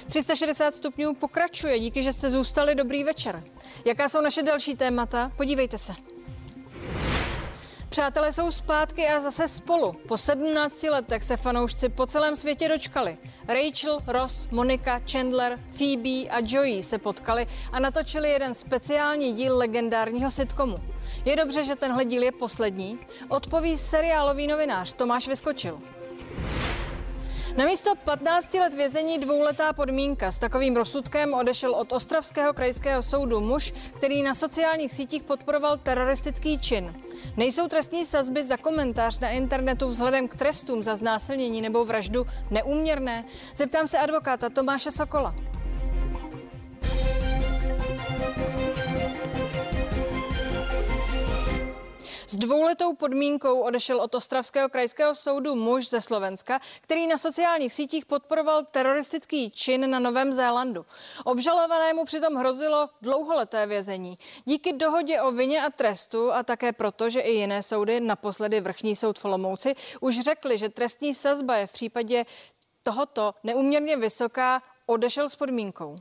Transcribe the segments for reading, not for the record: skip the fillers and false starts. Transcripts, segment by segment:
360 stupňů pokračuje. Díky, že jste zůstali. Dobrý večer. Jaká jsou naše další témata? Podívejte se. Přátelé jsou zpátky a zase spolu. Po 17 letech se fanoušci po celém světě dočkali. Rachel, Ross, Monica, Chandler, Phoebe a Joey se potkali a natočili jeden speciální díl legendárního sitcomu. Je dobře, že tenhle díl je poslední, odpoví seriálový novinář Tomáš Vyskočil. Namísto 15 let vězení 2letá podmínka. S takovým rozsudkem odešel od Ostravského krajského soudu muž, který na sociálních sítích podporoval teroristický čin. Nejsou trestní sazby za komentář na internetu vzhledem k trestům za znásilnění nebo vraždu neúměrné? Zeptám se advokáta Tomáše Sokola. S 2letou podmínkou odešel od Ostravského krajského soudu muž ze Slovenska, který na sociálních sítích podporoval teroristický čin na Novém Zélandu. Obžalovanému přitom hrozilo dlouholeté vězení. Díky dohodě o vině a trestu a také proto, že i jiné soudy, naposledy Vrchní soud v Olomouci, už řekli, že trestní sazba je v případě tohoto neúměrně vysoká, odešel s podmínkou.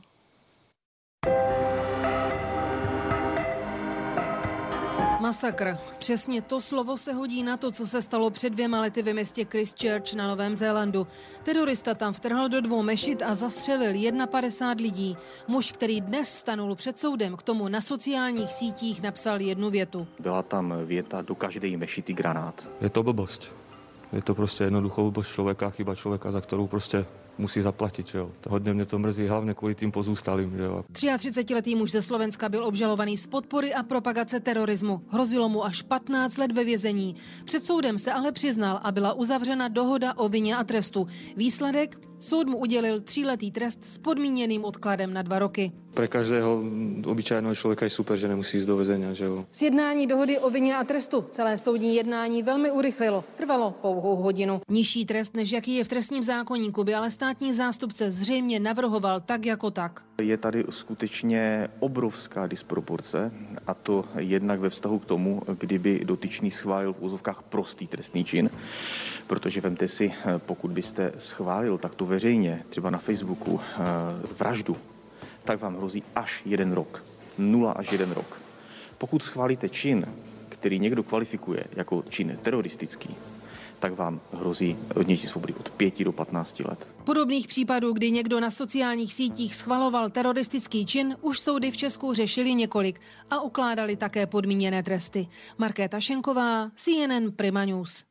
Masakr. Přesně to slovo se hodí na to, co se stalo před 2 lety ve městě Christchurch na Novém Zélandu. Terorista tam vtrhl do 2 mešit a zastřelil 51 lidí. Muž, který dnes stanul před soudem, k tomu na sociálních sítích napsal jednu větu. Byla tam věta: do každé mešity granát. Je to blbost. Je to prostě jednoduchou blbost člověka, chyba člověka, za kterou prostě musí zaplatit, že jo. Hodně mě to mrzí, hlavně kvůli tým pozůstalým, že jo. 33letý muž ze Slovenska byl obžalovaný z podpory a propagace terorismu. Hrozilo mu až 15 let ve vězení. Před soudem se ale přiznal a byla uzavřena dohoda o vině a trestu. Výsledek? Soud mu udělil 3letý trest s podmíněným odkladem na 2 roky. Pre každého obyčejného člověka je super, že nemusí jít do vězení, že jo. Sjednání dohody o vině a trestu celé soudní jednání velmi urychlilo. Trvalo pouhou hodinu. Nižší trest, než jaký je v trestním zákoníku, by ale státní zástupce zřejmě navrhoval tak jako tak. Je tady skutečně obrovská disproporce, a to jednak ve vztahu k tomu, kdyby dotyčný schválil v úzovkách prostý trestný čin, protože vemte si, pokud byste schválil takto veřejně, třeba na Facebooku, vraždu, tak vám hrozí až 1 rok. 0 až 1 rok. Pokud schválíte čin, který někdo kvalifikuje jako čin teroristický, tak vám hrozí odnětí svobody od 5 do 15 let. Podobných případů, kdy někdo na sociálních sítích schvaloval teroristický čin, už soudy v Česku řešili několik a ukládali také podmíněné tresty. Markéta Šenková, CNN Prima News.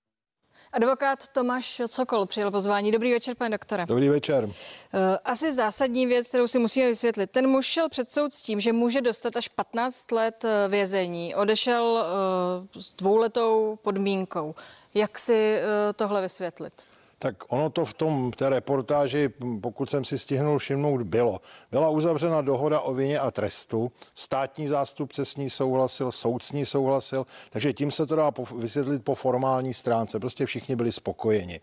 Advokát Tomáš Sokol přijel pozvání. Dobrý večer, pane doktore. Dobrý večer. Asi zásadní věc, kterou si musíme vysvětlit. Ten muž šel před soud s tím, že může dostat až 15 let vězení. Odešel s 2letou podmínkou. Jak si tohle vysvětlit? Tak ono to v té reportáži, pokud jsem si stihnul všimnout, bylo. Byla uzavřena dohoda o vině a trestu, státní zástupce s ní souhlasil, soud s ní souhlasil, takže tím se to dá vysvětlit po formální stránce. Prostě všichni byli spokojeni.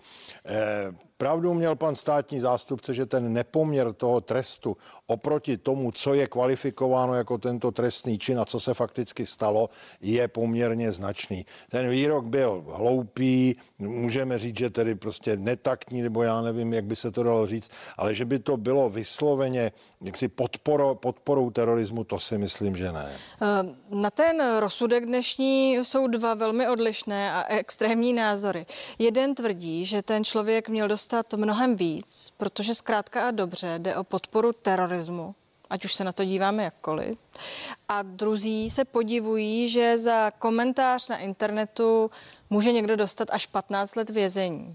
Pravdu měl pan státní zástupce, že ten nepoměr toho trestu oproti tomu, co je kvalifikováno jako tento trestný čin a co se fakticky stalo, je poměrně značný. Ten výrok byl hloupý, můžeme říct, že tedy prostě netaktní, nebo já nevím, jak by se to dalo říct, ale že by to bylo vysloveně jaksi podporou terorismu, to si myslím, že ne. Na ten rozsudek dnešní jsou 2 velmi odlišné a extrémní názory. Jeden tvrdí, že ten člověk měl dostat mnohem víc, protože zkrátka a dobře jde o podporu terorismu, ať už se na to díváme jakkoliv. A druzí se podivují, že za komentář na internetu může někdo dostat až 15 let vězení.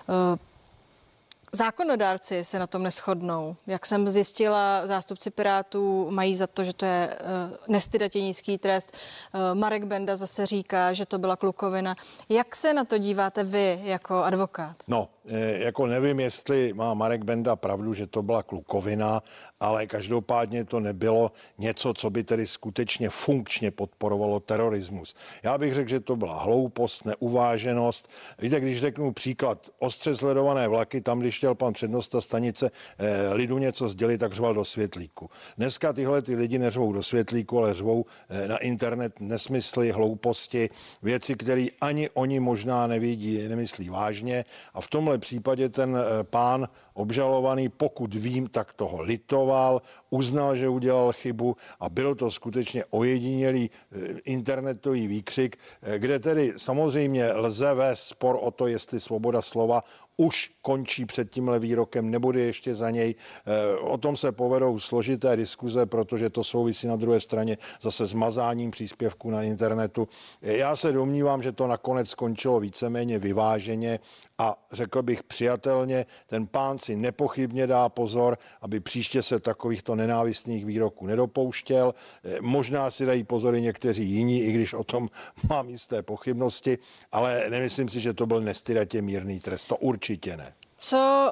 Zákonodárci se na tom neshodnou. Jak jsem zjistila, zástupci Pirátů mají za to, že to je nestydatě nízký trest. Marek Benda zase říká, že to byla klukovina. Jak se na to díváte vy jako advokát? No, jako nevím, jestli má Marek Benda pravdu, že to byla klukovina, ale každopádně to nebylo něco, co by tedy skutečně funkčně podporovalo terorismus. Já bych řekl, že to byla hloupost, neuváženost. Víte, když řeknu příklad, ostře sledované vlaky, tam, když chtěl pan přednosta stanice lidu něco sdělit, tak řval do světlíku. Dneska tyhle ty lidi neřvou do světlíku, ale řvou na internet nesmysly, hlouposti, věci, které ani oni možná nevidí, nemyslí vážně, a v tomhle tomhle případě ten pán obžalovaný, pokud vím, tak toho litoval, uznal, že udělal chybu a byl to skutečně ojedinělý internetový výkřik, kde tedy samozřejmě lze vést spor o to, jestli svoboda slova už končí před tímhle výrokem, nebude ještě za něj. O tom se povedou složité diskuze, protože to souvisí na druhé straně zase s mazáním příspěvků na internetu. Já se domnívám, že to nakonec skončilo víceméně vyváženě a řekl bych přijatelně, ten pán si nepochybně dá pozor, aby příště se takovýchto nenávistných výroků nedopouštěl. Možná si dají pozor i někteří jiní, i když o tom mám jisté pochybnosti, ale nemyslím si, že to byl nestydatě mírný trest. To určitě ne. Co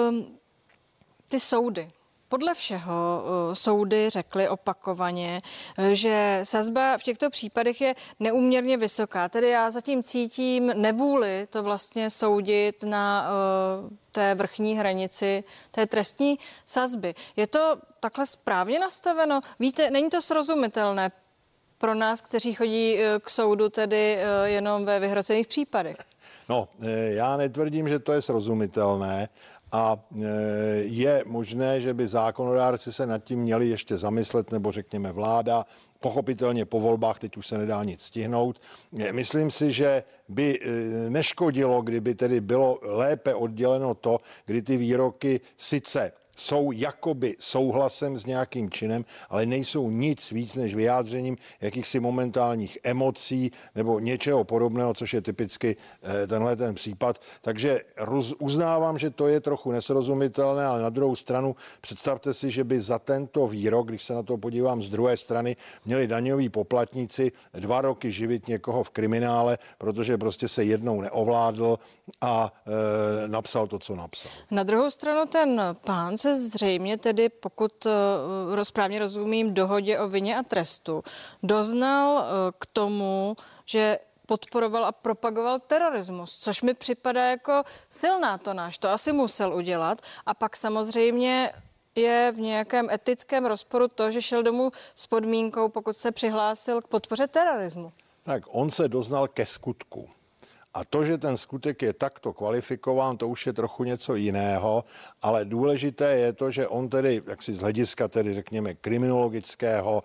ty soudy? Podle všeho soudy řekly opakovaně, že sazba v těchto případech je neúměrně vysoká. Tedy já zatím cítím nevůli to vlastně soudit na té vrchní hranici té trestní sazby. Je to takhle správně nastaveno? Víte, není to srozumitelné pro nás, kteří chodí k soudu tedy jenom ve vyhrocených případech? No, já netvrdím, že to je srozumitelné a je možné, že by zákonodárci se nad tím měli ještě zamyslet, nebo řekněme vláda, pochopitelně po volbách, teď už se nedá nic stihnout. Myslím si, že by neškodilo, kdyby tedy bylo lépe odděleno to, kdy ty výroky sice jsou jakoby souhlasem s nějakým činem, ale nejsou nic víc než vyjádřením jakýchsi momentálních emocí nebo něčeho podobného, což je typicky tenhle ten případ. Takže uznávám, že to je trochu nesrozumitelné, ale na druhou stranu představte si, že by za tento výrok, když se na to podívám z druhé strany, měli daňoví poplatníci 2 roky živit někoho v kriminále, protože prostě se jednou neovládl a napsal to, co napsal. Na druhou stranu ten pán se zřejmě tedy, pokud správně rozumím, dohodě o vině a trestu, doznal k tomu, že podporoval a propagoval terorismus, což mi připadá jako silná tonáž. To asi musel udělat. A pak samozřejmě je v nějakém etickém rozporu to, že šel domů s podmínkou, pokud se přihlásil k podpoře terorismu. Tak on se doznal ke skutku. A to, že ten skutek je takto kvalifikován, to už je trochu něco jiného, ale důležité je to, že on tedy, jaksi z hlediska tedy řekněme kriminologického,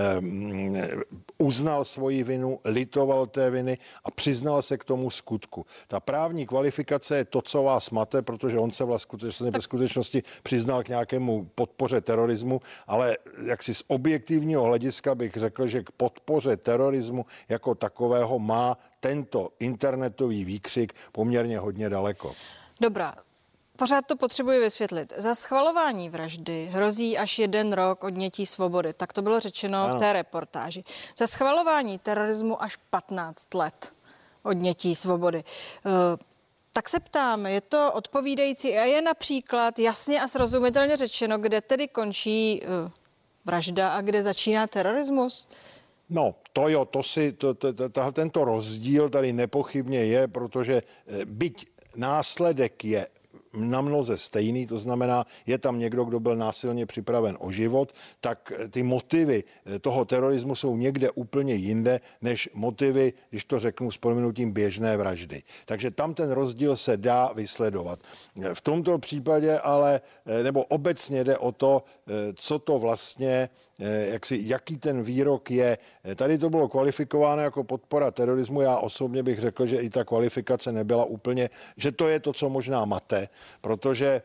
uznal svoji vinu, litoval té viny a přiznal se k tomu skutku. Ta právní kvalifikace je to, co vás mate, protože on se vlastně ve skutečnosti přiznal k nějakému podpoře terorismu, ale jaksi z objektivního hlediska bych řekl, že k podpoře terorismu jako takového má tento internetový výkřik poměrně hodně daleko. Dobrá, pořád to potřebuji vysvětlit. Za schvalování vraždy hrozí až 1 rok odnětí svobody. Tak to bylo řečeno v té reportáži. Za schvalování terorismu až 15 let odnětí svobody. Tak se ptám, je to odpovídající a je například jasně a srozumitelně řečeno, kde tedy končí vražda a kde začíná terorismus? No, to jo, tento rozdíl tady nepochybně je, protože byť následek je na mnoze stejný, to znamená, je tam někdo, kdo byl násilně připraven o život, tak ty motivy toho terorismu jsou někde úplně jinde, než motivy, když to řeknu s prominutím, běžné vraždy. Takže tam ten rozdíl se dá vysledovat. V tomto případě ale, nebo obecně jde o to, co to vlastně, jaký ten výrok je. Tady to bylo kvalifikováno jako podpora terorismu. Já osobně bych řekl, že i ta kvalifikace nebyla úplně, že to je to, co možná mate, protože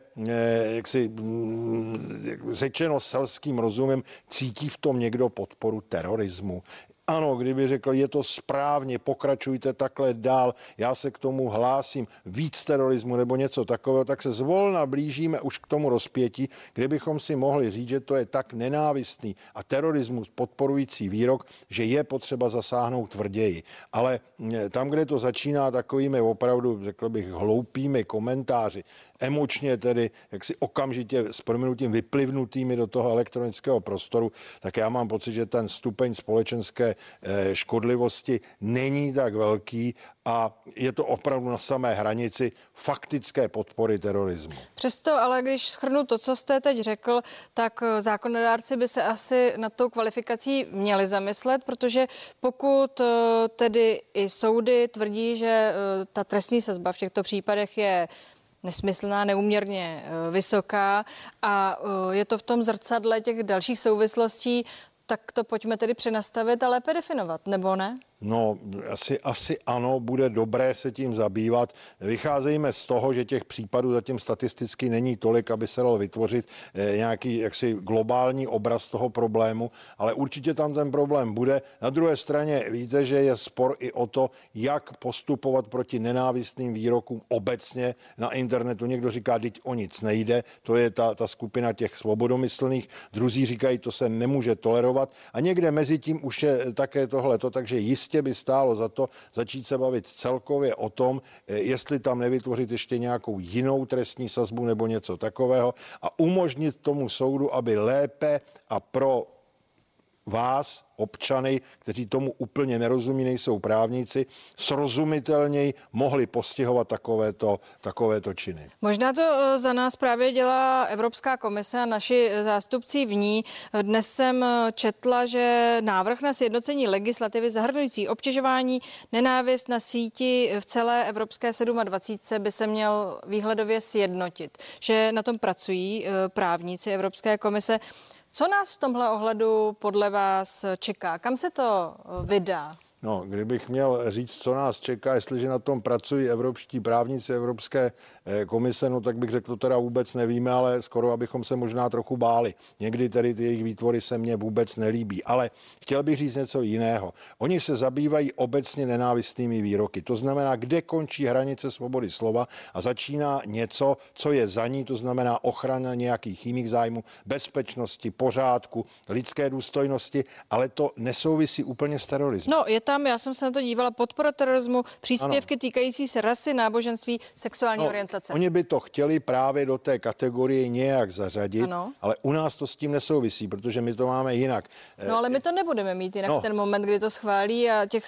řečeno selským rozumem, cítí v tom někdo podporu terorismu. Ano, kdyby řekl, je to správně, pokračujte takhle dál, já se k tomu hlásím, víc terorismu nebo něco takového, tak se zvolna blížíme už k tomu rozpětí, kde bychom si mohli říct, že to je tak nenávistný a terorismus podporující výrok, že je potřeba zasáhnout tvrději. Ale tam, kde to začíná takovými opravdu, řekl bych, hloupými komentáři, emočně tedy jaksi okamžitě s prominutím vyplivnutými do toho elektronického prostoru, tak já mám pocit, že ten stupeň společenské škodlivosti není tak velký a je to opravdu na samé hranici faktické podpory terorismu. Přesto ale, když shrnu to, co jste teď řekl, tak zákonodárci by se asi nad tou kvalifikací měli zamyslet, protože pokud tedy i soudy tvrdí, že ta trestní sazba v těchto případech je nesmyslná, neúměrně vysoká a je to v tom zrcadle těch dalších souvislostí, tak to pojďme tedy přenastavit a lépe definovat, nebo ne? No, asi ano, bude dobré se tím zabývat. Vycházejme z toho, že těch případů zatím statisticky není tolik, aby se dal vytvořit nějaký jaksi globální obraz toho problému, ale určitě tam ten problém bude. Na druhé straně víte, že je spor i o to, jak postupovat proti nenávistným výrokům obecně na internetu. Někdo říká, teď o nic nejde, to je ta skupina těch svobodomyslných, druzí říkají, to se nemůže tolerovat a někde mezi tím už je také tohleto, takže jistě by stálo za to začít se bavit celkově o tom, jestli tam nevytvořit ještě nějakou jinou trestní sazbu nebo něco takového a umožnit tomu soudu, aby lépe a pro vás, občany, kteří tomu úplně nerozumí, nejsou právníci, srozumitelněji mohli postihovat takovéto činy. Možná to za nás právě dělá Evropská komise a naši zástupci v ní. Dnes jsem četla, že návrh na sjednocení legislativy zahrnující obtěžování, nenávist na síti v celé evropské 27 by se měl výhledově sjednotit. Že na tom pracují právníci Evropské komise. Co nás v tomhle ohledu podle vás čeká? Kam se to vydá? No, kdybych měl říct, co nás čeká, jestliže na tom pracují evropští právníci Evropské komise, no tak bych řekl, to teda vůbec nevíme, ale skoro abychom se možná trochu báli. Někdy tedy ty jejich výtvory se mně vůbec nelíbí, ale chtěl bych říct něco jiného. Oni se zabývají obecně nenávistnými výroky. To znamená, kde končí hranice svobody slova a začíná něco, co je za ní, to znamená ochrana nějakých jiných zájmů, bezpečnosti, pořádku, lidské důstojnosti, ale to nesouvisí úplně s terorismem. No, je tam, já jsem se na to dívala, podpora terorismu, příspěvky týkající se rasy, náboženství, sexuální orientace. Oni by to chtěli právě do té kategorie nějak zařadit, ale u nás to s tím nesouvisí, protože my to máme jinak. No, ale my to nebudeme mít jinak v ten moment, kdy to schválí a těch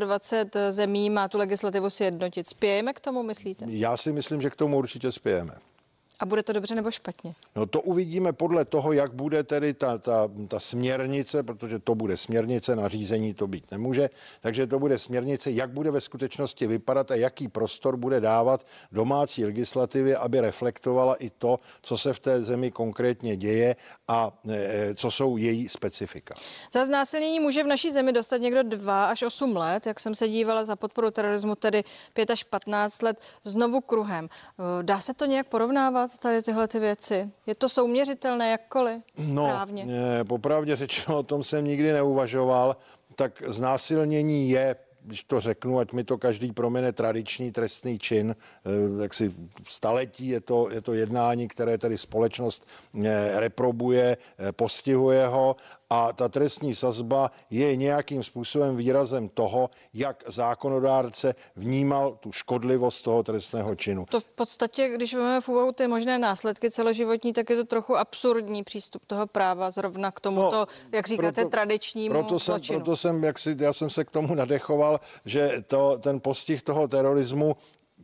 27 zemí má tu legislativu sjednotit. Spějeme k tomu, myslíte? Já si myslím, že k tomu určitě spějeme. A bude to dobře nebo špatně? No to uvidíme podle toho, jak bude tedy ta směrnice, protože to bude směrnice, nařízení to být nemůže, takže to bude směrnice, jak bude ve skutečnosti vypadat a jaký prostor bude dávat domácí legislativě, aby reflektovala i to, co se v té zemi konkrétně děje a co jsou její specifika. Za znásilnění může v naší zemi dostat někdo 2 až 8 let, jak jsem se dívala, za podporu terorismu tedy 5 až 15 let, znovu kruhem. Dá se to nějak porovnávat? Tady tyhle ty věci? Je to souměřitelné jakkoliv právně? No, popravdě řečeno, o tom jsem nikdy neuvažoval, tak znásilnění je, když to řeknu, ať mi to každý promine, tradiční trestný čin, jaksi staletí je to jednání, které tedy společnost reprobuje, postihuje ho a ta trestní sazba je nějakým způsobem výrazem toho, jak zákonodárce vnímal tu škodlivost toho trestného činu. To v podstatě, když máme v úvahu ty možné následky celoživotní, tak je to trochu absurdní přístup toho práva zrovna k tomuto, jak říkáte, tradičnímu zločinu. Já jsem se k tomu nadechoval, že ten postih toho terorismu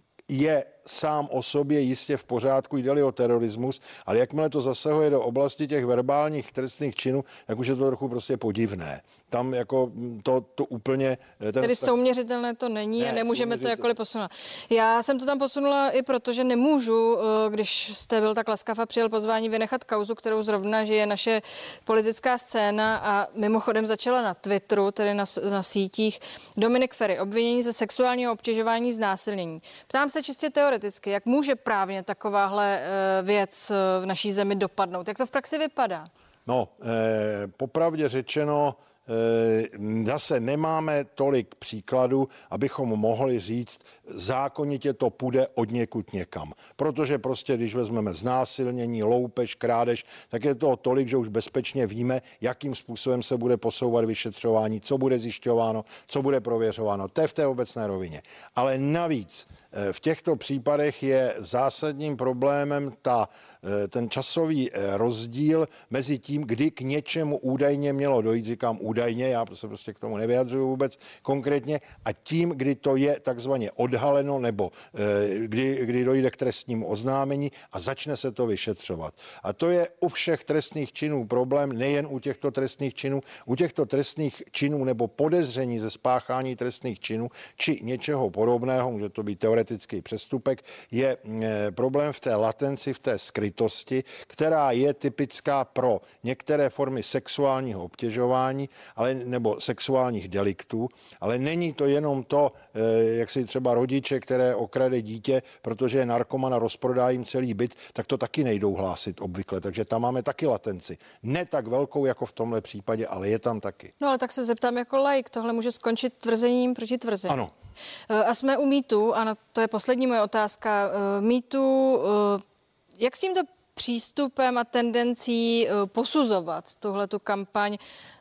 je sám o sobě jistě v pořádku, jde-li o terorismus, ale jakmile to zasahuje do oblasti těch verbálních trestných činů, tak už je to trochu prostě podivné. Tam jako to úplně... Tedy souměřitelné to není a nemůžeme to jakkoliv posunout. Já jsem to tam posunula i proto, že nemůžu, když jste byl tak laskav a přijel pozvání, vynechat kauzu, kterou zrovna žije naše politická scéna a mimochodem začala na Twitteru, tedy na sítích. Dominik Feri, obvinění ze sexuálního obtěžování, znásilnění. Ptám se čistě teoreticky, jak může právně takováhle věc v naší zemi dopadnout? Jak to v praxi vypadá? No, popravdě řečeno, zase nemáme tolik příkladů, abychom mohli říct, zákonitě to půjde od někud někam. Protože prostě, když vezmeme znásilnění, loupež, krádež, tak je to tolik, že už bezpečně víme, jakým způsobem se bude posouvat vyšetřování, co bude zjišťováno, co bude prověřováno. To je v té obecné rovině. Ale navíc v těchto případech je zásadním problémem ta ten časový rozdíl mezi tím, kdy k něčemu údajně mělo dojít, říkám údajně, já se prostě k tomu nevyjadřuju vůbec konkrétně, a tím, kdy to je takzvaně odhaleno, nebo kdy dojde k trestnímu oznámení a začne se to vyšetřovat. A to je u všech trestných činů problém, nejen u těchto trestných činů. U těchto trestných činů nebo podezření ze spáchání trestných činů či něčeho podobného, může to být teoretický přestupek, je problém v té latenci, v té skrytosti, která je typická pro některé formy sexuálního obtěžování nebo sexuálních deliktů, ale není to jenom to, jak si třeba rodiče, které okrade dítě, protože je narkoman a rozprodá jim celý byt, tak to taky nejdou hlásit obvykle, takže tam máme taky latenci. Ne tak velkou jako v tomhle případě, ale je tam taky. No ale tak se zeptám jako laik, tohle může skončit tvrzením proti tvrzení. Ano. A jsme u mýtu, a to je poslední moje otázka. Mýtu, jak s tímto přístupem a tendencí posuzovat tuhletu kampaň,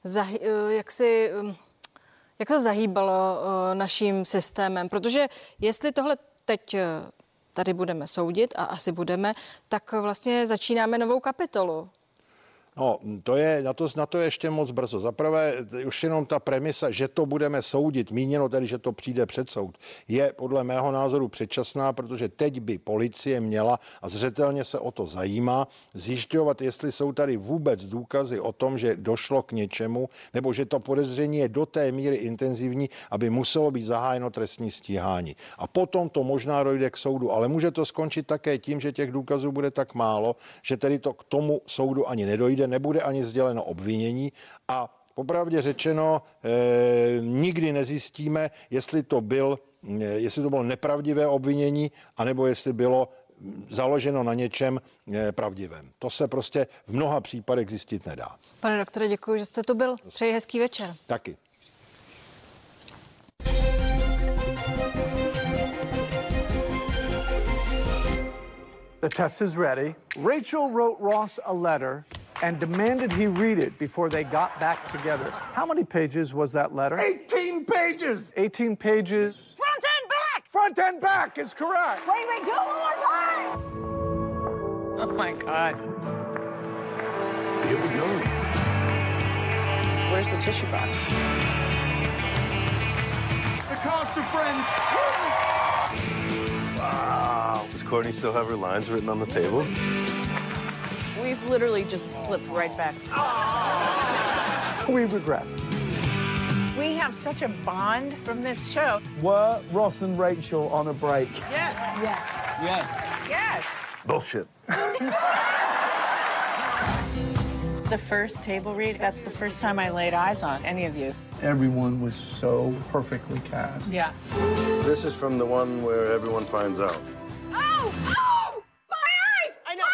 jak to zahýbalo naším systémem? Protože jestli tohle teď tady budeme soudit, a asi budeme, tak vlastně začínáme novou kapitolu. No, to je, na to je ještě moc brzo. Zaprvé už jenom ta premisa, že to budeme soudit, míněno tedy, že to přijde před soud, je podle mého názoru předčasná, protože teď by policie měla, a zřetelně se o to zajímá, zjišťovat, jestli jsou tady vůbec důkazy o tom, že došlo k něčemu, nebo že to podezření je do té míry intenzivní, aby muselo být zahájeno trestní stíhání. A potom to možná dojde k soudu, ale může to skončit také tím, že těch důkazů bude tak málo, že tedy to k tomu soudu ani nedojde, nebude ani sděleno obvinění a popravdě řečeno nikdy nezjistíme, jestli to bylo nepravdivé obvinění, anebo jestli bylo založeno na něčem pravdivém. To se prostě v mnoha případech zjistit nedá. Pane doktore, děkuji, že jste tu byl. Přeji hezký večer. Taky. The test is ready. Rachel wrote Ross a letter and demanded he read it before they got back together. How many pages was that letter? 18 pages! 18 pages. Front and back! Front and back is correct. Wait, do it one more time! Oh my God. Here we go. Where's the tissue box? The cast of Friends. Wow. Does Courtney still have her lines written on the table? We've literally just slipped right back. We regret. We have such a bond from this show. Were Ross and Rachel on a break? Yes. Yes. Yes. Yes. Bullshit. The first table read, that's the first time I laid eyes on any of you. Everyone was so perfectly cast. Yeah. This is from the one where everyone finds out. Oh! Oh! My eyes! I know.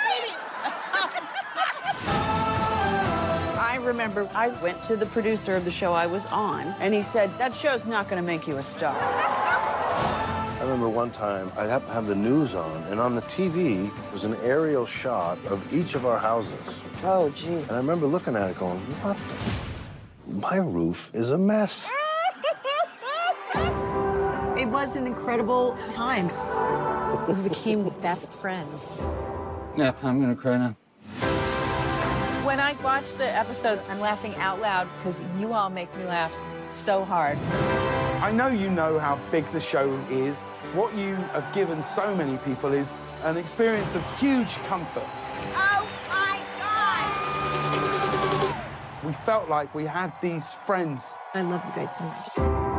I remember I went to the producer of the show I was on, and he said, that show's not going to make you a star. I remember one time I happened to have the news on, and on the TV was an aerial shot of each of our houses. Oh, jeez. And I remember looking at it going, what the? My roof is a mess. It was an incredible time. We became best friends. Yeah, I'm gonna cry now. When I watch the episodes, I'm laughing out loud because you all make me laugh so hard. I know you know how big the show is. What you have given so many people is an experience of huge comfort. Oh my God! We felt like we had these friends. I love you guys so much.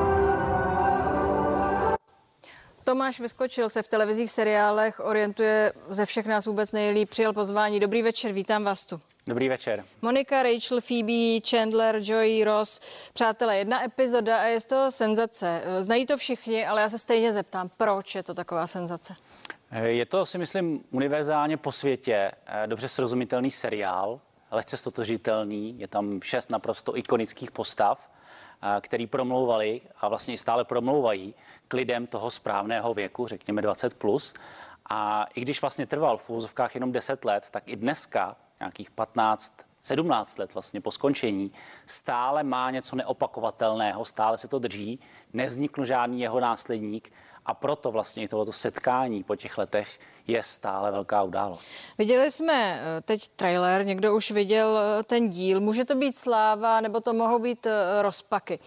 Tomáš Vyskočil se v televizních seriálech orientuje ze všech nás vůbec nejlíp. Přijel pozvání. Dobrý večer, vítám vás tu. Dobrý večer. Monika, Rachel, Phoebe, Chandler, Joey, Ross. Přátelé, jedna epizoda a je to senzace. Znají to všichni, ale já se stejně zeptám, proč je to taková senzace? Je to, si myslím, univerzálně po světě dobře srozumitelný seriál, lehce stotožitelný. Je tam 6 naprosto ikonických postav, který promlouvali a vlastně i stále promlouvají k lidem toho správného věku, řekněme 20+. A i když vlastně trval v úvozovkách jenom 10 let, tak i dneska, nějakých 15, 17 let vlastně po skončení, stále má něco neopakovatelného, stále se to drží, nevznikl žádný jeho následník a proto vlastně i tohleto setkání po těch letech je stále velká událost. Viděli jsme teď trailer, někdo už viděl ten díl. Může to být sláva, nebo to mohou být rozpaky.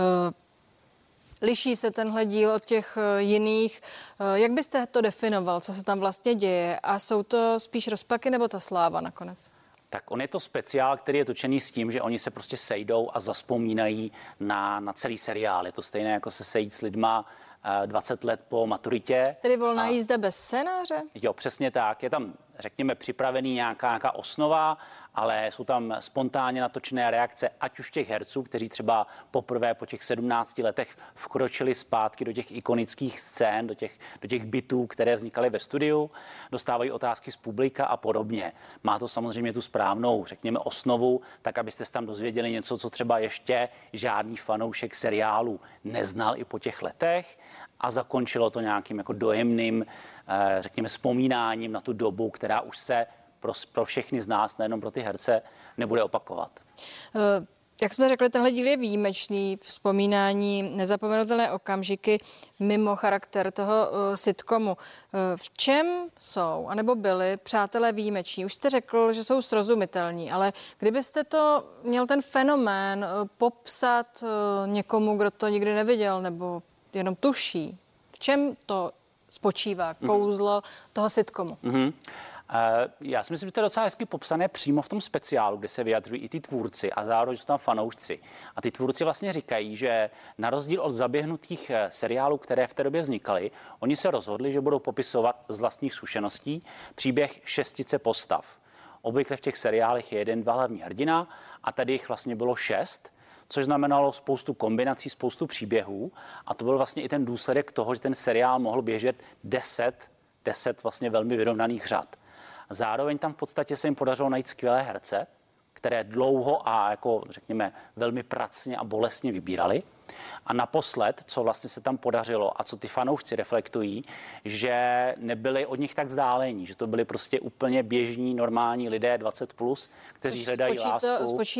Liší se tenhle díl od těch jiných. Jak byste to definoval, co se tam vlastně děje? A jsou to spíš rozpaky nebo ta sláva nakonec? Tak on je to speciál, který je točený s tím, že oni se prostě sejdou a zazpomínají na celý seriál. Je to stejné jako se sejít s lidma 20 let po maturitě. Tedy volná jízda bez scénáře? Jo, přesně tak. Je tam, řekněme, připravený nějaká osnova, ale jsou tam spontánně natočené reakce, ať už těch herců, kteří třeba poprvé po těch 17 letech vkročili zpátky do těch ikonických scén, do těch bitů, které vznikaly ve studiu, dostávají otázky z publika a podobně. Má to samozřejmě tu správnou, řekněme, osnovu, tak abyste se tam dozvěděli něco, co třeba ještě žádný fanoušek seriálu neznal i po těch letech, a zakončilo to nějakým jako dojemným, řekněme, vzpomínáním na tu dobu, která už se pro všechny z nás, nejenom pro ty herce, nebude opakovat. Jak jsme řekli, tenhle díl je výjimečný, vzpomínání, nezapomenutelné okamžiky mimo charakter toho sitcomu. V čem jsou, anebo byli přátelé výjimeční? Už jste řekl, že jsou srozumitelní, ale kdybyste to měl ten fenomén popsat někomu, kdo to nikdy neviděl, nebo jenom tuší, v čem to spočívá, kouzlo toho sitcomu? Já si myslím, že to je docela hezky popsané přímo v tom speciálu, kde se vyjadřují i ty tvůrci a zároveň jsou tam fanoušci. A ty tvůrci vlastně říkají, že na rozdíl od zaběhnutých seriálů, které v té době vznikaly, oni se rozhodli, že budou popisovat z vlastních zkušeností příběh 6 postav. Obvykle v těch seriálech je 1, 2 hlavní hrdina a tady jich vlastně bylo 6, což znamenalo spoustu kombinací, spoustu příběhů a to byl vlastně i ten důsledek toho, že ten seriál mohl běžet 10 vlastně velmi vyrovnaných řad. Zároveň tam v podstatě se jim podařilo najít skvělé herce, které dlouho a jako řekněme velmi pracně a bolestně vybírali. A naposled, co vlastně se tam podařilo a co ty fanoušci reflektují, že nebyli od nich tak vzdálení, že to byli prostě úplně běžní, normální lidé 20+, kteří hledají lásku.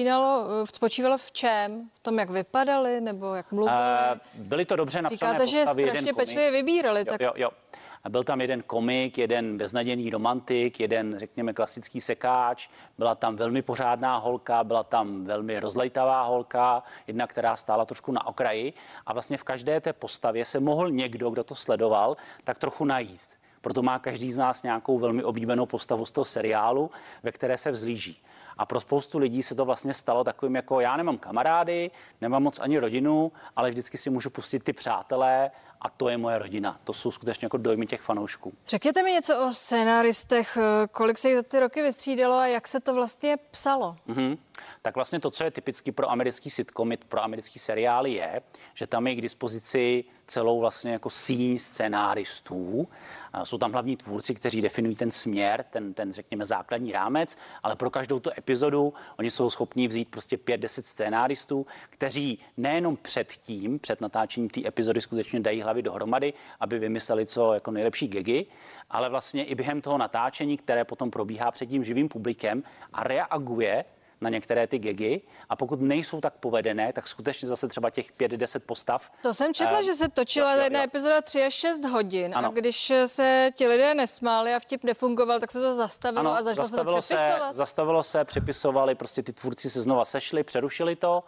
Spočívalo v čem? V tom, jak vypadali nebo jak mluvili? Byly to dobře napsané postavy. Říkáte, postavy. že strašně pečlivě vybírali. Jo. Byl tam jeden komik, jeden beznadějný romantik, jeden, řekněme, klasický sekáč, byla tam velmi pořádná holka, byla tam velmi rozlejtavá holka, jedna, která stála trošku na okraji a vlastně v každé té postavě se mohl někdo, kdo to sledoval, tak trochu najít. Proto má každý z nás nějakou velmi oblíbenou postavu z toho seriálu, ve které se vzlíží. A pro spoustu lidí se to vlastně stalo takovým jako já nemám kamarády, nemám moc ani rodinu, ale vždycky si můžu pustit ty přátelé a to je moje rodina. To jsou skutečně jako dojmy těch fanoušků. Řekněte mi něco o scénáristech, kolik se jich za ty roky vystřídalo a jak se to vlastně psalo? Tak vlastně to, co je typicky pro americký sitcomy, pro americký seriály je, že tam je k dispozici celou vlastně jako síň scénáristů. Jsou tam hlavní tvůrci, kteří definují ten směr, ten řekněme základní rámec, ale pro každou tu epizodu oni jsou schopni vzít prostě 5-10 scénáristů, kteří nejenom před natáčením té epizody skutečně dají hlavy dohromady, aby vymysleli co jako nejlepší gagy, ale vlastně i během toho natáčení, které potom probíhá před tím živým publikem a reaguje na některé ty gagy a pokud nejsou tak povedené, tak skutečně zase třeba těch 5-10 postav. To jsem četla, že se točila jedna epizoda 3 až 6 hodin a když se ti lidé nesmáli a vtip nefungoval, tak se to zastavilo a začalo se to přepisovat. Zastavilo se, přepisovali, prostě ty tvůrci se znova sešli, přerušili to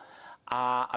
a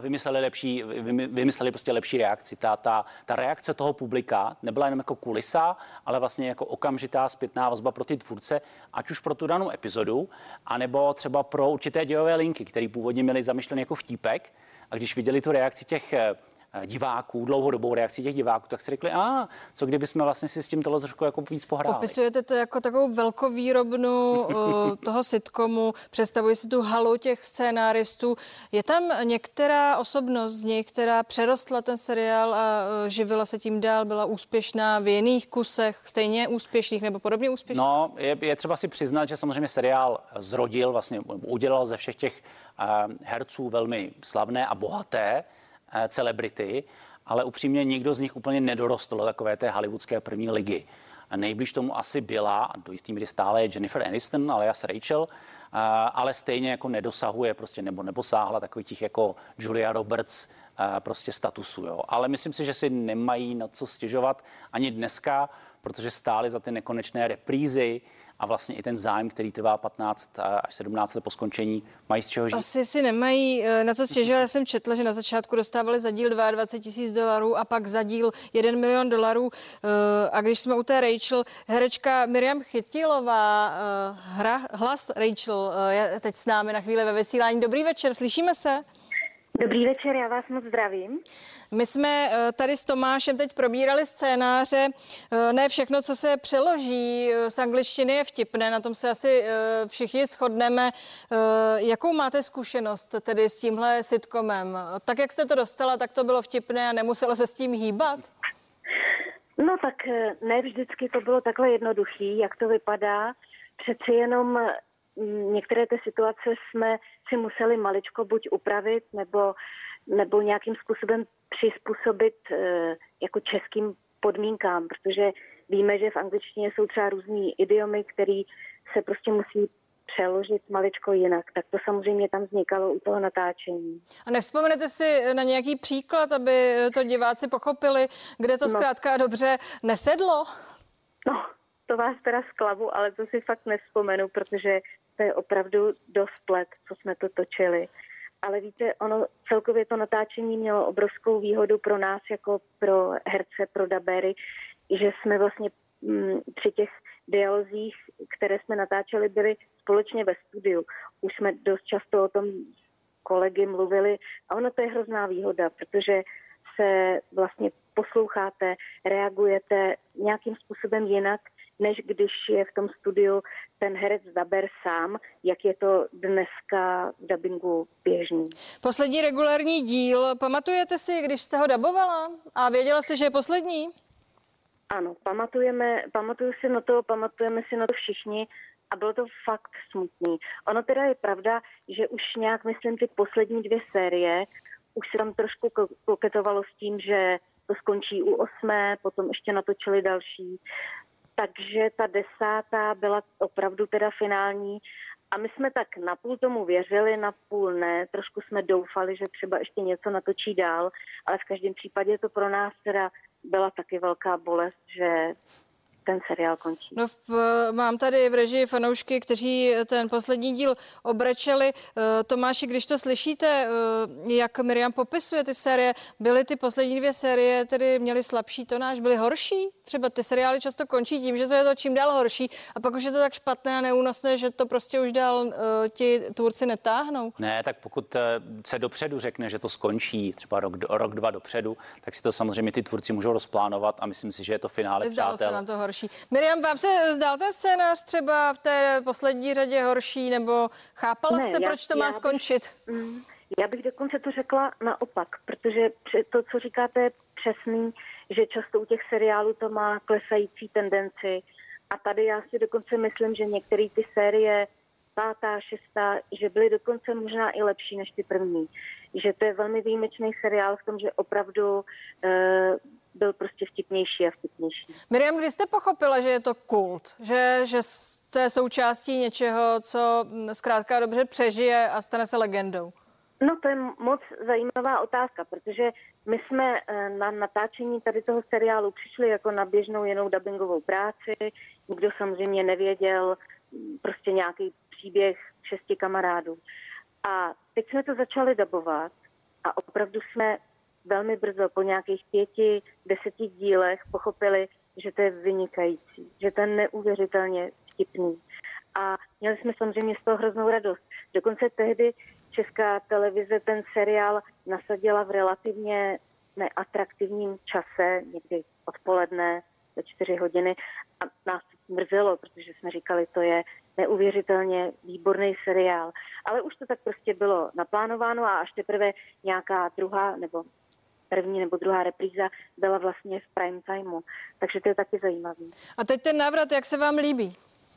vymysleli prostě lepší reakci. Ta reakce toho publika nebyla jenom jako kulisa, ale vlastně jako okamžitá zpětná vazba pro ty tvůrce, ať už pro tu danou epizodu, anebo třeba pro určité dějové linky, které původně měli zamýšlený jako vtípek a když viděli tu reakci těch diváků, dlouhodobou reakci těch diváků, tak si řekli, co kdyby jsme vlastně si s tím tohle trošku jako víc pohráli. Popisujete to jako takovou velkovýrobnu toho sitcomu, představuji si tu halu těch scénáristů. Je tam některá osobnost z nich, která přerostla ten seriál a živila se tím dál, byla úspěšná v jiných kusech, stejně úspěšných nebo podobně úspěšných? No, je třeba si přiznat, že samozřejmě seriál zrodil, vlastně udělal ze všech těch herců velmi slavné a bohaté celebrity ale upřímně nikdo z nich úplně nedorostl do takové té hollywoodské první ligy. A nejblíž tomu asi byla, a do jistý míry stále je Jennifer Aniston, alias Rachel, ale stejně jako nedosahuje prostě nebo neposáhla takových těch jako Julia Roberts prostě statusu. Jo. Ale myslím si, že si nemají na co stěžovat ani dneska, protože stáli za ty nekonečné reprízy a vlastně i ten zájem, který trvá 15 až 17 let po skončení, mají z čeho žít. Asi si nemají na co stěžovat. Já jsem četla, že na začátku dostávali za díl $22,000 a pak za díl $1 milion. A když jsme u té Rachel, herečka Miriam Chytilová, hlas Rachel, je teď s námi na chvíli ve vysílání. Dobrý večer, slyšíme se? Dobrý večer, já vás moc zdravím. My jsme tady s Tomášem teď probírali scénáře. Ne všechno, co se přeloží z angličtiny, je vtipné, na tom se asi všichni shodneme. Jakou máte zkušenost tedy s tímhle sitcomem? Tak, jak jste to dostala, tak to bylo vtipné a nemuselo se s tím hýbat? No tak ne vždycky to bylo takhle jednoduchý, jak to vypadá. Přeci jenom některé ty situace jsme si museli maličko buď upravit, nebo nějakým způsobem přizpůsobit jako českým podmínkám, protože víme, že v angličtině jsou třeba různý idiomy, které se prostě musí přeložit maličko jinak. Tak to samozřejmě tam vznikalo u toho natáčení. A nevzpomenete si na nějaký příklad, aby to diváci pochopili, kde to zkrátka dobře nesedlo? No, to vás teda zklavu, ale to si fakt nevzpomenu, protože to je opravdu dost let, co jsme to točili. Ale víte, ono celkově to natáčení mělo obrovskou výhodu pro nás, jako pro herce, pro dabéry, že jsme vlastně při těch dialozích, které jsme natáčeli, byli společně ve studiu. Už jsme dost často o tom kolegy mluvili a ono to je hrozná výhoda, protože se vlastně posloucháte, reagujete nějakým způsobem jinak, než když je v tom studiu ten herec daber sám, jak je to dneska v dabingu běžný. Poslední regulární díl, pamatujete si, když jste ho dabovala a věděla jste, že je poslední? Ano, pamatujeme si na to všichni a bylo to fakt smutný. Ono teda je pravda, že už nějak, myslím, ty poslední 2 série, už se tam trošku koketovalo s tím, že to skončí u 8, potom ještě natočili další. Takže ta 10. byla opravdu teda finální a my jsme tak napůl tomu věřili, napůl ne. Trošku jsme doufali, že třeba ještě něco natočí dál, ale v každém případě to pro nás teda byla taky velká bolest, že ten seriál končí. No, mám tady v režii fanoušky, kteří ten poslední díl obrečeli. Tomáši, když to slyšíte, jak Miriam popisuje ty série, byly ty poslední 2 série, tedy měly slabší tonáž, byly horší? Třeba ty seriály často končí tím, že se je to čím dál horší a pak už je to tak špatné a neúnosné, že to prostě už dál ti tvůrci netáhnou. Ne, tak pokud se dopředu řekne, že to skončí třeba rok, 2 dopředu, tak si to samozřejmě ty tvůrci můžou rozplánovat a myslím si, že je to finále, Zdálo přátel. se nám to horší. Miriam, vám se zdál ten scénář třeba v té poslední řadě horší, nebo chápala jste, proč to má skončit? Já bych dokonce to řekla naopak, protože to, co říkáte, je přesný, že často u těch seriálů to má klesající tendenci a tady já si dokonce myslím, že některé ty série 5., 6., že byly dokonce možná i lepší než ty první. Že to je velmi výjimečný seriál v tom, že opravdu byl prostě vtipnější a vtipnější. Miriam, kdy jste pochopila, že je to kult? Že jste součástí něčeho, co zkrátka dobře přežije a stane se legendou? No to je moc zajímavá otázka, protože my jsme na natáčení tady toho seriálu přišli jako na běžnou jinou dabingovou práci. Nikdo samozřejmě nevěděl prostě nějaký příběh 6 kamarádů. A teď jsme to začali dabovat a opravdu jsme velmi brzo po nějakých 5-10 dílech pochopili, že to je vynikající, že to je neuvěřitelně vtipný. A měli jsme samozřejmě z toho hroznou radost. Dokonce tehdy Česká televize ten seriál nasadila v relativně neatraktivním čase, někdy odpoledne ve 4 hodiny a nás to mrzelo, protože jsme říkali, to je neuvěřitelně výborný seriál. Ale už to tak prostě bylo naplánováno a až teprve nějaká první nebo druhá repríza byla vlastně v prime timeu. Takže to je taky zajímavý. A teď ten návrat, jak se vám líbí?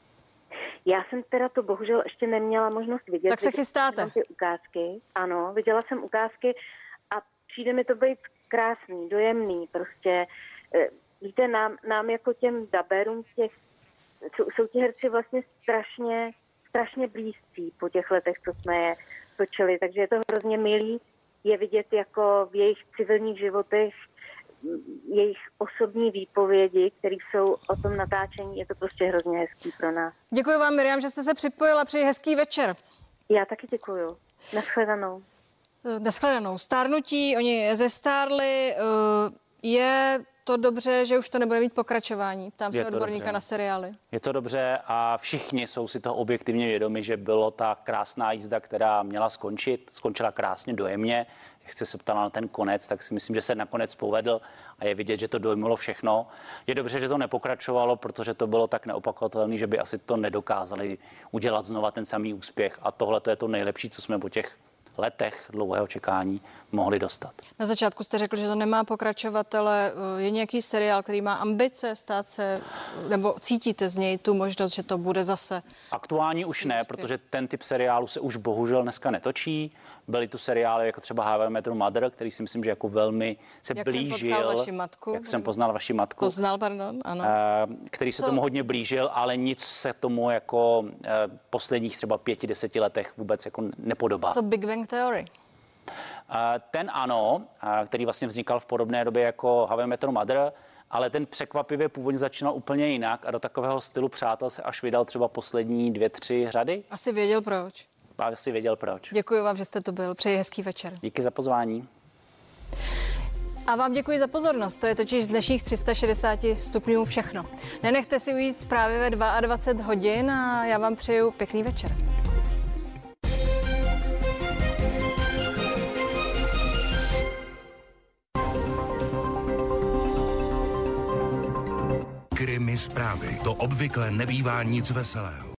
Já jsem teda to bohužel ještě neměla možnost vidět. Tak se chystáte? Ty ukázky. Ano, viděla jsem ukázky a přijde mi to být krásný, dojemný, prostě víte, nám jako těm daberům jsou ti herci vlastně strašně blízcí po těch letech, co jsme je točili, takže je to hrozně milý je vidět jako v jejich civilních životech, jejich osobní výpovědi, které jsou o tom natáčení, je to prostě hrozně hezký pro nás. Děkuji vám, Miriam, že jste se připojila, přeji hezký večer. Já taky děkuju. Nashledanou. Nashledanou. Stárnutí, oni zestárli, je to dobře, že už to nebude mít pokračování? Ptám se odborníka na seriály. Je to dobře a všichni jsou si toho objektivně vědomi, že bylo ta krásná jízda, která měla skončit. Skončila krásně, dojemně. Chce se ptát na ten konec, tak si myslím, že se nakonec povedl a je vidět, že to dojmulo všechno. Je dobře, že to nepokračovalo, protože to bylo tak neopakovatelné, že by asi to nedokázali udělat znova ten samý úspěch. A tohle to je to nejlepší, co jsme po těch letech dlouhého čekání mohli dostat. Na začátku jste řekl, že to nemá pokračovatele. Je nějaký seriál, který má ambice stát se, nebo cítíte z něj tu možnost, že to bude zase? Aktuálně už ne, protože ten typ seriálu se už bohužel dneska netočí. Byly tu seriály jako třeba How I Met Your Mother, který si myslím, že jako velmi se blížil. Jak jsem poznal vaši matku. Poznal, pardon, ano. Který se tomu hodně blížil, ale nic se tomu jako posledních třeba 5-10 letech vůbec jako nepodobá. Co Big Bang Theory? Ten ano, který vlastně vznikal v podobné době jako How I Met Your Mother, ale ten překvapivě původně začínal úplně jinak a do takového stylu přátel se až vydal třeba poslední 2-3 řady. Asi věděl proč. Asi věděl proč. Děkuji vám, že jste tu byl. Přeji hezký večer. Díky za pozvání. A vám děkuji za pozornost. To je totiž z dnešních 360 stupňů všechno. Nenechte si ujít zprávy ve 22 hodin a já vám přeju pěkný večer. Krimi zprávy. To obvykle nebývá nic veselého.